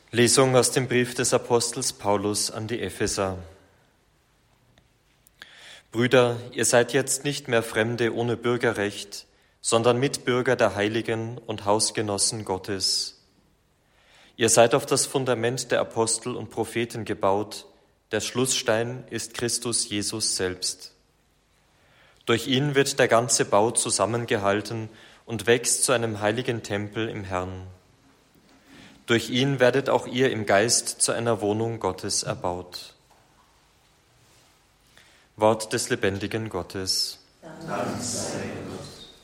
Lesung aus dem Brief des Apostels Paulus an die Epheser. Brüder, ihr seid jetzt nicht mehr Fremde ohne Bürgerrecht, sondern Mitbürger der Heiligen und Hausgenossen Gottes. Ihr seid auf das Fundament der Apostel und Propheten gebaut, der Schlussstein ist Christus Jesus selbst. Durch ihn wird der ganze Bau zusammengehalten und wächst zu einem heiligen Tempel im Herrn. Durch ihn werdet auch ihr im Geist zu einer Wohnung Gottes erbaut. Wort des lebendigen Gottes. Dank sei Gott.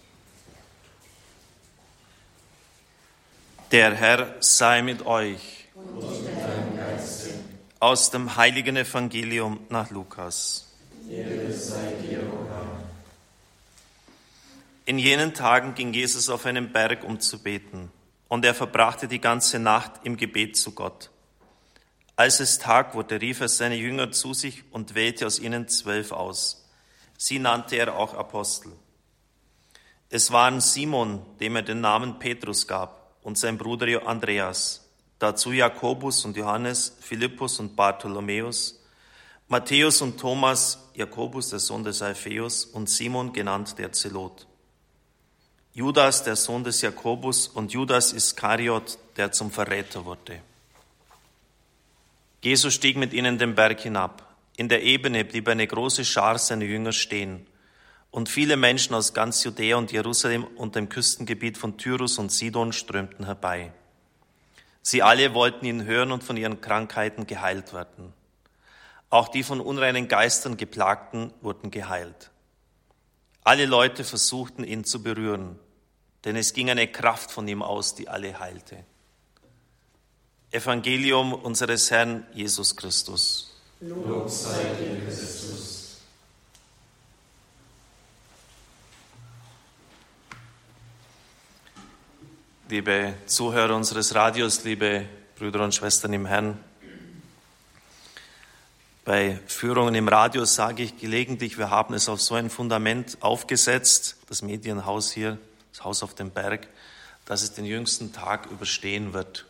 Der Herr sei mit euch. Und mit deinem Geiste. Aus dem heiligen Evangelium nach Lukas. Ehre sei dir, o Herr. In jenen Tagen ging Jesus auf einen Berg, um zu beten. Und er verbrachte die ganze Nacht im Gebet zu Gott. Als es Tag wurde, rief er seine Jünger zu sich und wählte aus ihnen 12 aus. Sie nannte er auch Apostel. Es waren Simon, dem er den Namen Petrus gab, und sein Bruder Andreas, dazu Jakobus und Johannes, Philippus und Bartholomäus, Matthäus und Thomas, Jakobus, der Sohn des Alpheus, und Simon, genannt der Zelot. Judas, der Sohn des Jakobus, und Judas Iskariot, der zum Verräter wurde. Jesus stieg mit ihnen den Berg hinab. In der Ebene blieb eine große Schar seiner Jünger stehen. Und viele Menschen aus ganz Judäa und Jerusalem und dem Küstengebiet von Tyrus und Sidon strömten herbei. Sie alle wollten ihn hören und von ihren Krankheiten geheilt werden. Auch die von unreinen Geistern Geplagten wurden geheilt. Alle Leute versuchten, ihn zu berühren, denn es ging eine Kraft von ihm aus, die alle heilte. Evangelium unseres Herrn Jesus Christus. Lob sei dir, Christus. Liebe Zuhörer unseres Radios, liebe Brüder und Schwestern im Herrn, bei Führungen im Radio sage ich gelegentlich, wir haben es auf so ein Fundament aufgesetzt, das Medienhaus hier, das Haus auf dem Berg, dass es den jüngsten Tag überstehen wird.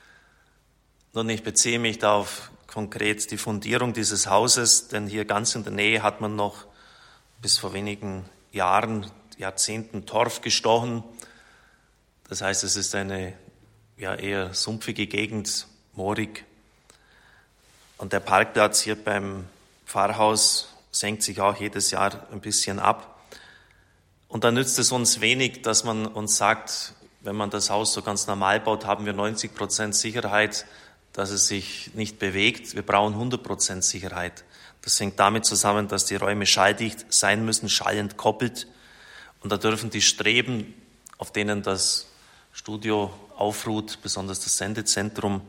Nun, ich beziehe mich da auf konkret die Fundierung dieses Hauses, denn hier ganz in der Nähe hat man noch bis vor wenigen Jahrzehnten Torf gestochen. Das heißt, es ist eine eher sumpfige Gegend, moorig. Und der Parkplatz hier beim Pfarrhaus senkt sich auch jedes Jahr ein bisschen ab. Und da nützt es uns wenig, dass man uns sagt, wenn man das Haus so ganz normal baut, haben wir 90% Sicherheit, dass es sich nicht bewegt. Wir brauchen 100% Sicherheit. Das hängt damit zusammen, dass die Räume schalldicht sein müssen, schallentkoppelt. Und da dürfen die Streben, auf denen das Studio aufruht, besonders das Sendezentrum,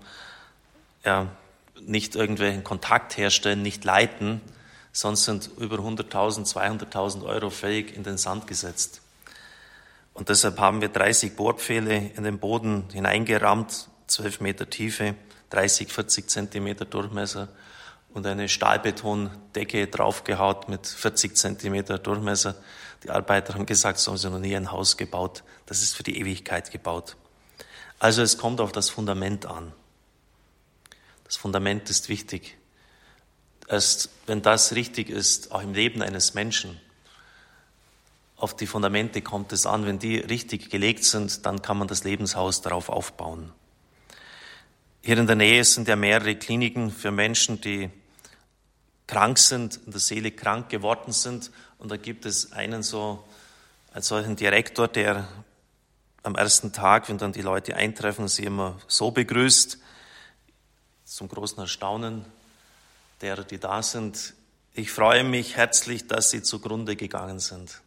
nicht irgendwelchen Kontakt herstellen, nicht leiten, sonst sind über 100.000, 200.000 Euro völlig in den Sand gesetzt. Und deshalb haben wir 30 Bohrpfähle in den Boden hineingerammt, 12 Meter Tiefe, 30, 40 Zentimeter Durchmesser und eine Stahlbetondecke draufgehaut mit 40 Zentimeter Durchmesser. Die Arbeiter haben gesagt, so haben sie noch nie ein Haus gebaut, das ist für die Ewigkeit gebaut. Also es kommt auf das Fundament an. Das Fundament ist wichtig. Erst wenn das richtig ist, auch im Leben eines Menschen, auf die Fundamente kommt es an. Wenn die richtig gelegt sind, dann kann man das Lebenshaus darauf aufbauen. Hier in der Nähe sind ja mehrere Kliniken für Menschen, die krank sind, in der Seele krank geworden sind. Und da gibt es einen als solchen Direktor, der am ersten Tag, wenn dann die Leute eintreffen, sie immer so begrüßt, zum großen Erstaunen derer, die da sind: Ich freue mich herzlich, dass Sie zugrunde gegangen sind.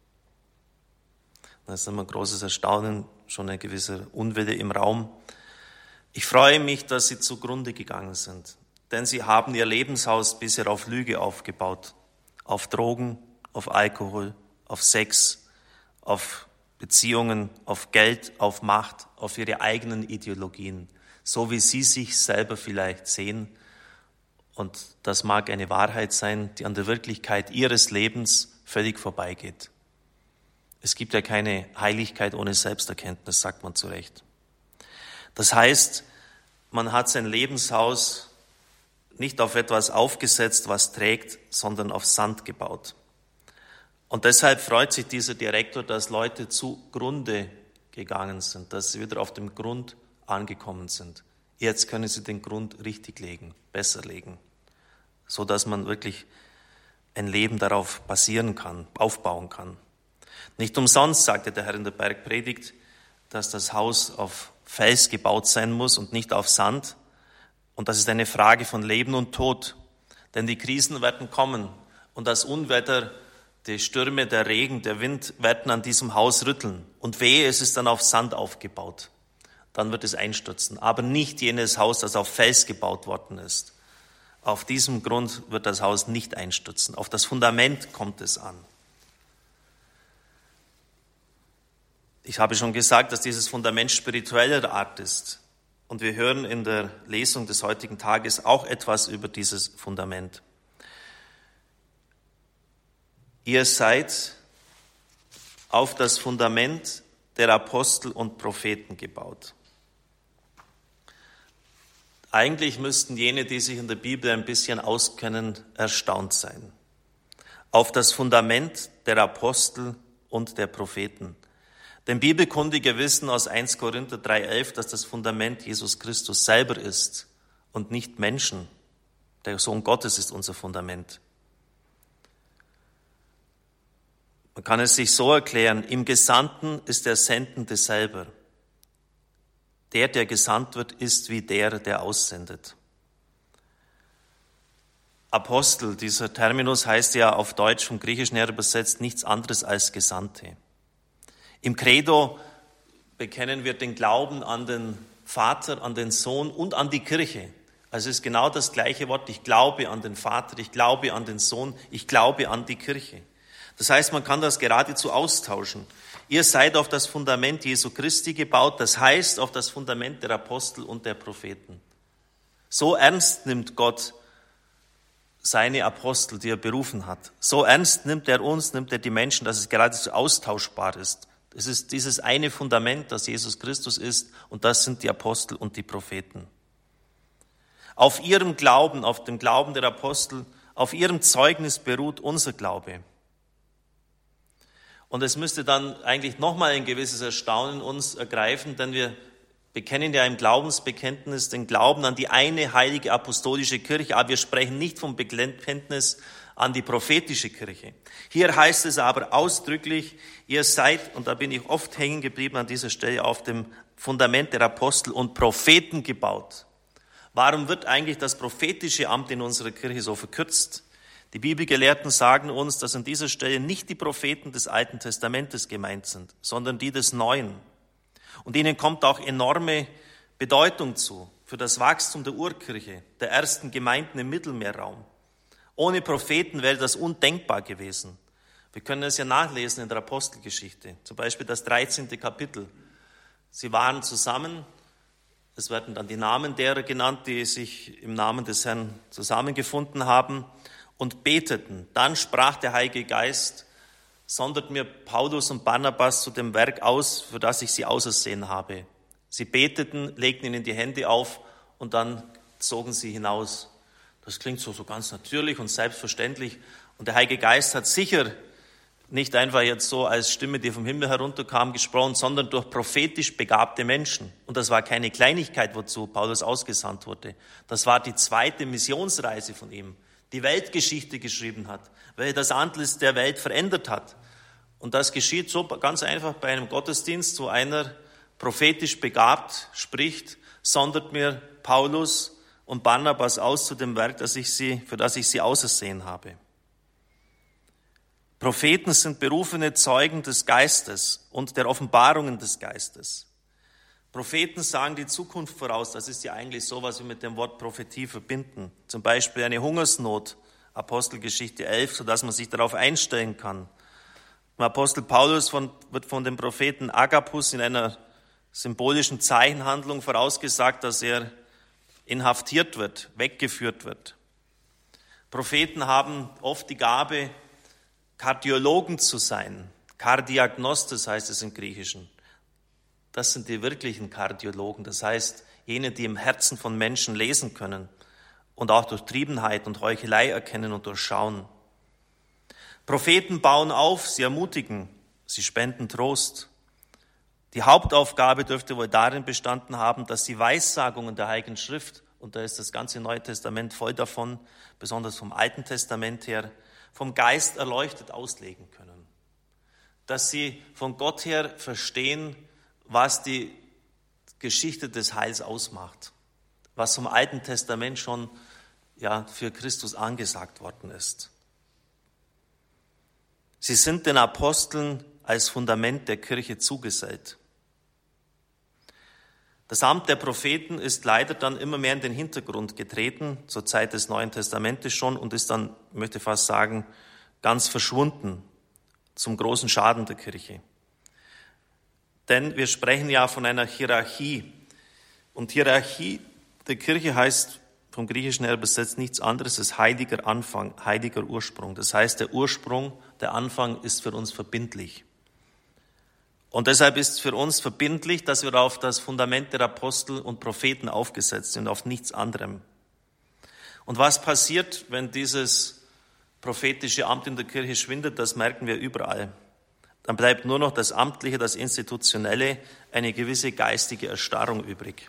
Da ist immer ein großes Erstaunen, schon ein gewisser Unwille im Raum. Ich freue mich, dass Sie zugrunde gegangen sind, denn Sie haben Ihr Lebenshaus bisher auf Lüge aufgebaut, auf Drogen, auf Alkohol, auf Sex, auf Beziehungen, auf Geld, auf Macht, auf Ihre eigenen Ideologien, so wie Sie sich selber vielleicht sehen. Und das mag eine Wahrheit sein, die an der Wirklichkeit Ihres Lebens völlig vorbeigeht. Es gibt ja keine Heiligkeit ohne Selbsterkenntnis, sagt man zu Recht. Das heißt, man hat sein Lebenshaus nicht auf etwas aufgesetzt, was trägt, sondern auf Sand gebaut. Und deshalb freut sich dieser Direktor, dass Leute zugrunde gegangen sind, dass sie wieder auf dem Grund angekommen sind. Jetzt können sie den Grund richtig legen, besser legen, so dass man wirklich ein Leben darauf basieren kann, aufbauen kann. Nicht umsonst sagte der Herr in der Bergpredigt, dass das Haus auf Fels gebaut sein muss und nicht auf Sand. Und das ist eine Frage von Leben und Tod. Denn die Krisen werden kommen und das Unwetter, die Stürme, der Regen, der Wind werden an diesem Haus rütteln. Und wehe, es ist dann auf Sand aufgebaut. Dann wird es einstürzen. Aber nicht jenes Haus, das auf Fels gebaut worden ist. Auf diesem Grund wird das Haus nicht einstürzen. Auf das Fundament kommt es an. Ich habe schon gesagt, dass dieses Fundament spiritueller Art ist. Und wir hören in der Lesung des heutigen Tages auch etwas über dieses Fundament. Ihr seid auf das Fundament der Apostel und Propheten gebaut. Eigentlich müssten jene, die sich in der Bibel ein bisschen auskennen, erstaunt sein. Auf das Fundament der Apostel und der Propheten. Denn Bibelkundige wissen aus 1 Korinther 3,11, dass das Fundament Jesus Christus selber ist und nicht Menschen. Der Sohn Gottes ist unser Fundament. Man kann es sich so erklären, im Gesandten ist der Sendende selber. Der gesandt wird, ist wie der aussendet. Apostel, dieser Terminus heißt ja auf Deutsch vom Griechischen her übersetzt nichts anderes als Gesandte. Im Credo bekennen wir den Glauben an den Vater, an den Sohn und an die Kirche. Also es ist genau das gleiche Wort. Ich glaube an den Vater, ich glaube an den Sohn, ich glaube an die Kirche. Das heißt, man kann das geradezu austauschen. Ihr seid auf das Fundament Jesu Christi gebaut, das heißt auf das Fundament der Apostel und der Propheten. So ernst nimmt Gott seine Apostel, die er berufen hat. So ernst nimmt er uns, nimmt er die Menschen, dass es geradezu austauschbar ist. Es ist dieses eine Fundament, das Jesus Christus ist, und das sind die Apostel und die Propheten. Auf ihrem Glauben, auf dem Glauben der Apostel, auf ihrem Zeugnis beruht unser Glaube. Und es müsste dann eigentlich nochmal ein gewisses Erstaunen uns ergreifen, denn wir bekennen ja im Glaubensbekenntnis den Glauben an die eine heilige apostolische Kirche, aber wir sprechen nicht vom Bekenntnis an die prophetische Kirche. Hier heißt es aber ausdrücklich, ihr seid, und da bin ich oft hängen geblieben an dieser Stelle, auf dem Fundament der Apostel und Propheten gebaut. Warum wird eigentlich das prophetische Amt in unserer Kirche so verkürzt? Die Bibelgelehrten sagen uns, dass an dieser Stelle nicht die Propheten des Alten Testamentes gemeint sind, sondern die des Neuen. Und ihnen kommt auch enorme Bedeutung zu für das Wachstum der Urkirche, der ersten Gemeinden im Mittelmeerraum. Ohne Propheten wäre das undenkbar gewesen. Wir können es ja nachlesen in der Apostelgeschichte, zum Beispiel das 13. Kapitel. Sie waren zusammen, es werden dann die Namen derer genannt, die sich im Namen des Herrn zusammengefunden haben und beteten. Dann sprach der Heilige Geist, sondert mir Paulus und Barnabas zu dem Werk aus, für das ich sie ausersehen habe. Sie beteten, legten ihnen die Hände auf und dann zogen sie hinaus. Das klingt so ganz natürlich und selbstverständlich. Und der Heilige Geist hat sicher nicht einfach jetzt so als Stimme, die vom Himmel herunterkam, gesprochen, sondern durch prophetisch begabte Menschen. Und das war keine Kleinigkeit, wozu Paulus ausgesandt wurde. Das war die zweite Missionsreise von ihm, die Weltgeschichte geschrieben hat, welche das Antlitz der Welt verändert hat. Und das geschieht so ganz einfach bei einem Gottesdienst, wo einer prophetisch begabt spricht, sondert mir Paulus und Barnabas aus zu dem Werk, für das ich sie ausersehen habe. Propheten sind berufene Zeugen des Geistes und der Offenbarungen des Geistes. Propheten sagen die Zukunft voraus. Das ist ja eigentlich so, was wir mit dem Wort Prophetie verbinden. Zum Beispiel eine Hungersnot, Apostelgeschichte 11, sodass man sich darauf einstellen kann. Im Apostel Paulus wird von dem Propheten Agabus in einer symbolischen Zeichenhandlung vorausgesagt, dass er inhaftiert wird, weggeführt wird. Propheten haben oft die Gabe, Kardiologen zu sein. Kardiagnostes heißt es im Griechischen. Das sind die wirklichen Kardiologen. Das heißt, jene, die im Herzen von Menschen lesen können und auch Durchtriebenheit und Heuchelei erkennen und durchschauen. Propheten bauen auf, sie ermutigen, sie spenden Trost. Die Hauptaufgabe dürfte wohl darin bestanden haben, dass sie Weissagungen der Heiligen Schrift, und da ist das ganze Neue Testament voll davon, besonders vom Alten Testament her, vom Geist erleuchtet auslegen können. Dass sie von Gott her verstehen, was die Geschichte des Heils ausmacht, was vom Alten Testament schon für Christus angesagt worden ist. Sie sind den Aposteln als Fundament der Kirche zugesellt. Das Amt der Propheten ist leider dann immer mehr in den Hintergrund getreten, zur Zeit des Neuen Testamentes schon, und ist dann, ich möchte fast sagen, ganz verschwunden, zum großen Schaden der Kirche. Denn wir sprechen ja von einer Hierarchie. Und Hierarchie der Kirche heißt vom Griechischen her übersetzt nichts anderes als heiliger Anfang, heiliger Ursprung. Das heißt, der Ursprung, der Anfang ist für uns verbindlich. Und deshalb ist für uns verbindlich, dass wir auf das Fundament der Apostel und Propheten aufgesetzt sind, auf nichts anderem. Und was passiert, wenn dieses prophetische Amt in der Kirche schwindet, das merken wir überall. Dann bleibt nur noch das Amtliche, das Institutionelle, eine gewisse geistige Erstarrung übrig.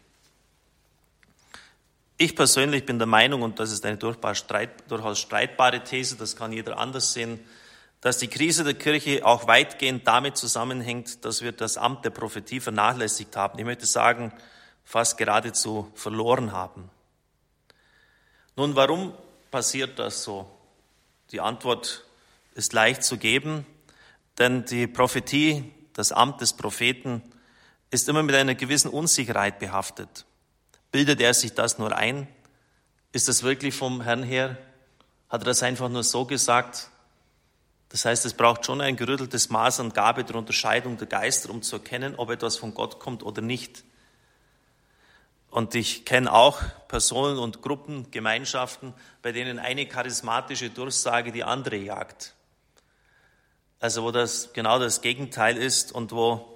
Ich persönlich bin der Meinung, und das ist eine durchaus streitbare These, das kann jeder anders sehen, dass die Krise der Kirche auch weitgehend damit zusammenhängt, dass wir das Amt der Prophetie vernachlässigt haben. Ich möchte sagen, fast geradezu verloren haben. Nun, warum passiert das so? Die Antwort ist leicht zu geben, denn die Prophetie, das Amt des Propheten, ist immer mit einer gewissen Unsicherheit behaftet. Bildet er sich das nur ein? Ist das wirklich vom Herrn her? Hat er das einfach nur so gesagt? Das heißt, es braucht schon ein gerütteltes Maß an Gabe der Unterscheidung der Geister, um zu erkennen, ob etwas von Gott kommt oder nicht. Und ich kenne auch Personen und Gruppen, Gemeinschaften, bei denen eine charismatische Durchsage die andere jagt. Also wo das genau das Gegenteil ist und wo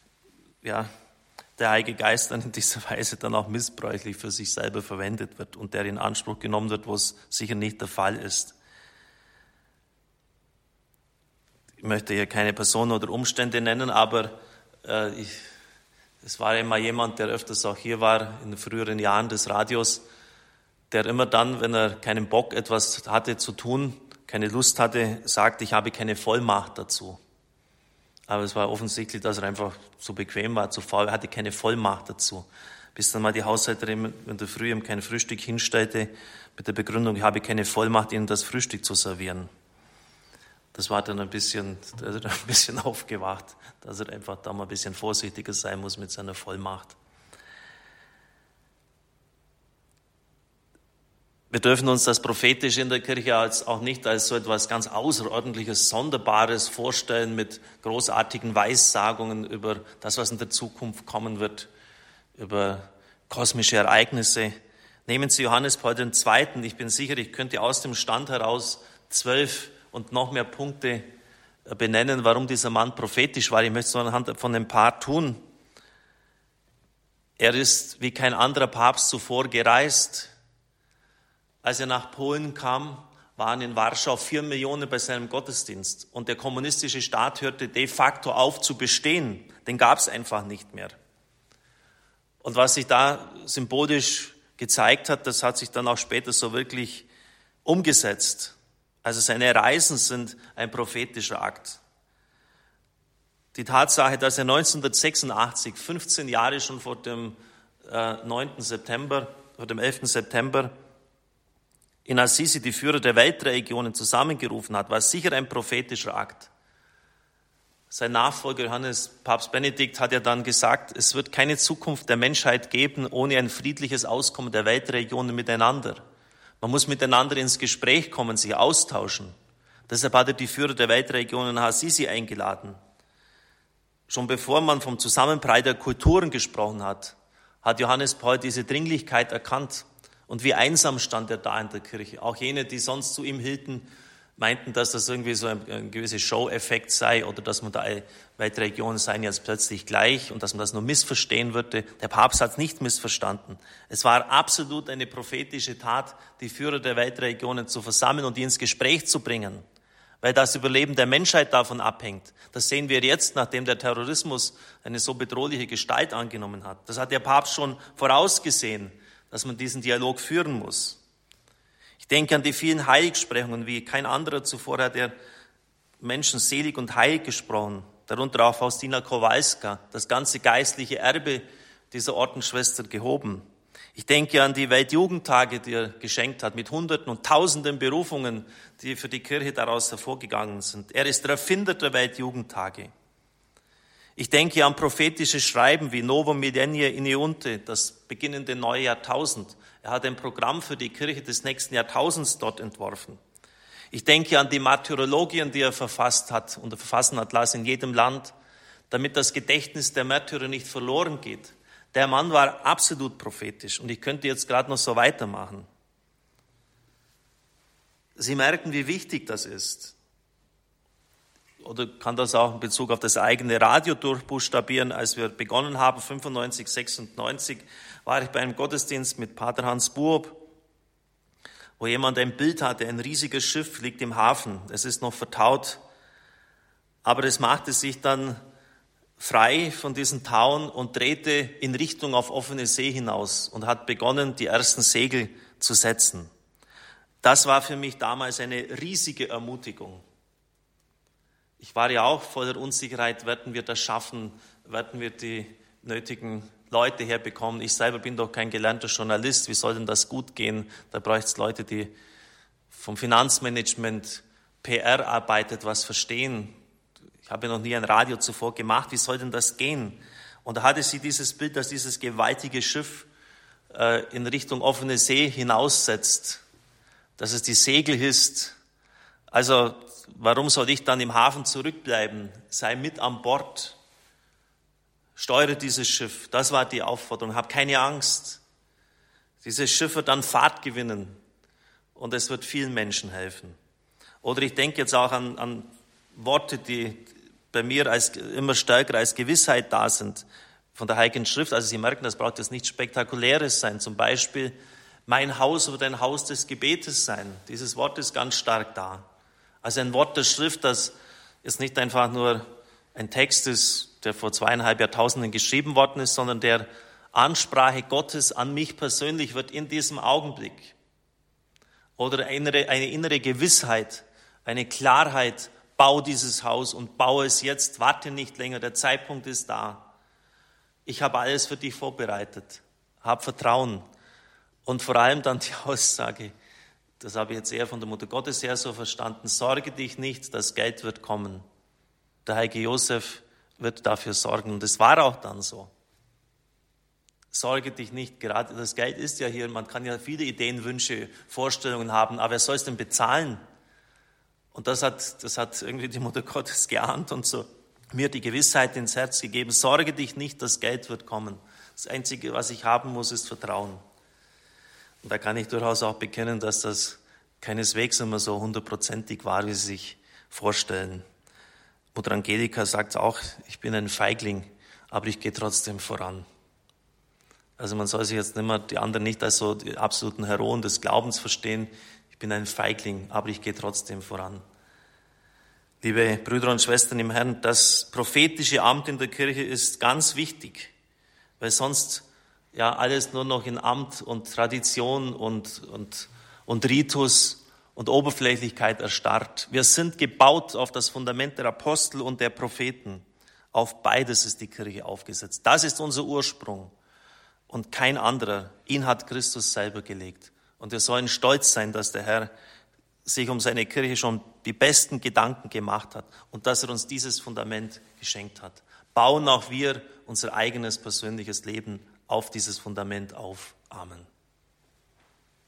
der Heilige Geist dann in dieser Weise dann auch missbräuchlich für sich selber verwendet wird und der in Anspruch genommen wird, wo es sicher nicht der Fall ist. Ich möchte hier keine Person oder Umstände nennen, aber es war immer jemand, der öfters auch hier war, in den früheren Jahren des Radios, der immer dann, wenn er keinen Bock, etwas hatte zu tun, keine Lust hatte, sagte, ich habe keine Vollmacht dazu. Aber es war offensichtlich, dass er einfach zu bequem war, zu faul, er hatte keine Vollmacht dazu. Bis dann mal die Haushälterin in der Früh ihm kein Frühstück hinstellte, mit der Begründung, ich habe keine Vollmacht, ihnen das Frühstück zu servieren. Das war dann ein bisschen aufgewacht, dass er einfach da mal ein bisschen vorsichtiger sein muss mit seiner Vollmacht. Wir dürfen uns das Prophetische in der Kirche auch nicht als so etwas ganz Außerordentliches, Sonderbares vorstellen mit großartigen Weissagungen über das, was in der Zukunft kommen wird, über kosmische Ereignisse. Nehmen Sie Johannes Paul II. Ich bin sicher, ich könnte aus dem Stand heraus 12 und noch mehr Punkte benennen, warum dieser Mann prophetisch war. Ich möchte es nur anhand von ein paar tun. Er ist wie kein anderer Papst zuvor gereist. Als er nach Polen kam, waren in Warschau 4 Millionen bei seinem Gottesdienst. Und der kommunistische Staat hörte de facto auf zu bestehen. Den gab es einfach nicht mehr. Und was sich da symbolisch gezeigt hat, das hat sich dann auch später so wirklich umgesetzt. Also seine Reisen sind ein prophetischer Akt. Die Tatsache, dass er 1986, 15 Jahre schon vor dem 11. September, in Assisi die Führer der Weltreligionen zusammengerufen hat, war sicher ein prophetischer Akt. Sein Nachfolger Papst Benedikt hat ja dann gesagt, es wird keine Zukunft der Menschheit geben ohne ein friedliches Auskommen der Weltreligionen miteinander. Man muss miteinander ins Gespräch kommen, sich austauschen. Deshalb hat er die Führer der Weltreligionen nach Assisi eingeladen. Schon bevor man vom Zusammenprall der Kulturen gesprochen hat, hat Johannes Paul diese Dringlichkeit erkannt. Und wie einsam stand er da in der Kirche. Auch jene, die sonst zu ihm hielten, meinten, dass das irgendwie so ein gewisser Show-Effekt sei oder dass man da Weltreligionen seien jetzt plötzlich gleich und dass man das nur missverstehen würde. Der Papst hat es nicht missverstanden. Es war absolut eine prophetische Tat, die Führer der Weltreligionen zu versammeln und die ins Gespräch zu bringen, weil das Überleben der Menschheit davon abhängt. Das sehen wir jetzt, nachdem der Terrorismus eine so bedrohliche Gestalt angenommen hat. Das hat der Papst schon vorausgesehen, dass man diesen Dialog führen muss. Ich denke an die vielen Heiligsprechungen, wie kein anderer zuvor hat er Menschen selig und heilig gesprochen, darunter auch Faustina Kowalska, das ganze geistliche Erbe dieser Ordensschwester gehoben. Ich denke an die Weltjugendtage, die er geschenkt hat, mit Hunderten und Tausenden Berufungen, die für die Kirche daraus hervorgegangen sind. Er ist der Erfinder der Weltjugendtage. Ich denke an prophetische Schreiben wie Novum Millennium Ineunte, das beginnende neue Jahrtausend. Er hat ein Programm für die Kirche des nächsten Jahrtausends dort entworfen. Ich denke an die Martyrologien, die er verfasst hat und er verfassen hat lassen in jedem Land, damit das Gedächtnis der Märtyrer nicht verloren geht. Der Mann war absolut prophetisch und ich könnte jetzt gerade noch so weitermachen. Sie merken, wie wichtig das ist. Oder kann das auch in Bezug auf das eigene Radio durchbuchstabieren. Als wir begonnen haben, 95, 96, war ich bei einem Gottesdienst mit Pater Hans Buob, wo jemand ein Bild hatte, ein riesiges Schiff liegt im Hafen. Es ist noch vertaut, aber es machte sich dann frei von diesen Tauen und drehte in Richtung auf offene See hinaus und hat begonnen, die ersten Segel zu setzen. Das war für mich damals eine riesige Ermutigung. Ich war ja auch voller Unsicherheit, werden wir das schaffen, werden wir die nötigen Leute herbekommen. Ich selber bin doch kein gelernter Journalist, wie soll denn das gut gehen? Da bräuchte es Leute, die vom Finanzmanagement, PR-Arbeit etwas verstehen. Ich habe noch nie ein Radio zuvor gemacht, wie soll denn das gehen? Und da hatte sie dieses Bild, dass dieses gewaltige Schiff in Richtung offene See hinaussetzt, dass es die Segel hisst. Also warum soll ich dann im Hafen zurückbleiben? Sei mit an Bord. Steuere dieses Schiff. Das war die Aufforderung. Hab keine Angst. Dieses Schiff wird dann Fahrt gewinnen und es wird vielen Menschen helfen. Oder ich denke jetzt auch an Worte, die bei mir immer stärker als Gewissheit da sind von der Heiligen Schrift. Also Sie merken, das braucht jetzt nichts Spektakuläres sein. Zum Beispiel, mein Haus wird ein Haus des Gebetes sein. Dieses Wort ist ganz stark da. Also ein Wort der Schrift, das jetzt nicht einfach nur ein Text ist, der vor 2,5 Jahrtausenden geschrieben worden ist, sondern der Ansprache Gottes an mich persönlich wird in diesem Augenblick. Oder eine innere Gewissheit, eine Klarheit, bau dieses Haus und baue es jetzt, warte nicht länger, der Zeitpunkt ist da. Ich habe alles für dich vorbereitet, hab Vertrauen. Und vor allem dann die Aussage, das habe ich jetzt eher von der Mutter Gottes her so verstanden, sorge dich nicht, das Geld wird kommen. Der heilige Josef wird dafür sorgen. Und es war auch dann so. Sorge dich nicht, gerade das Geld ist ja hier, man kann ja viele Ideen, Wünsche, Vorstellungen haben, aber wer soll es denn bezahlen? Und das hat irgendwie die Mutter Gottes geahnt und so mir die Gewissheit ins Herz gegeben, sorge dich nicht, das Geld wird kommen. Das Einzige, was ich haben muss, ist Vertrauen. Und da kann ich durchaus auch bekennen, dass das keineswegs immer so 100%ig war, wie Sie sich vorstellen. Mutter Angelika sagt auch, ich bin ein Feigling, aber ich gehe trotzdem voran. Also man soll sich jetzt die anderen nicht als so die absoluten Heroen des Glaubens verstehen. Ich bin ein Feigling, aber ich gehe trotzdem voran. Liebe Brüder und Schwestern im Herrn, das prophetische Amt in der Kirche ist ganz wichtig, weil sonst ja alles nur noch in Amt und Tradition und Ritus und Oberflächlichkeit erstarrt. Wir sind gebaut auf das Fundament der Apostel und der Propheten. Auf beides ist die Kirche aufgesetzt. Das ist unser Ursprung und kein anderer. Ihn hat Christus selber gelegt. Und wir sollen stolz sein, dass der Herr sich um seine Kirche schon die besten Gedanken gemacht hat und dass er uns dieses Fundament geschenkt hat. Bauen auch wir unser eigenes persönliches Leben auf dieses Fundament auf. Amen.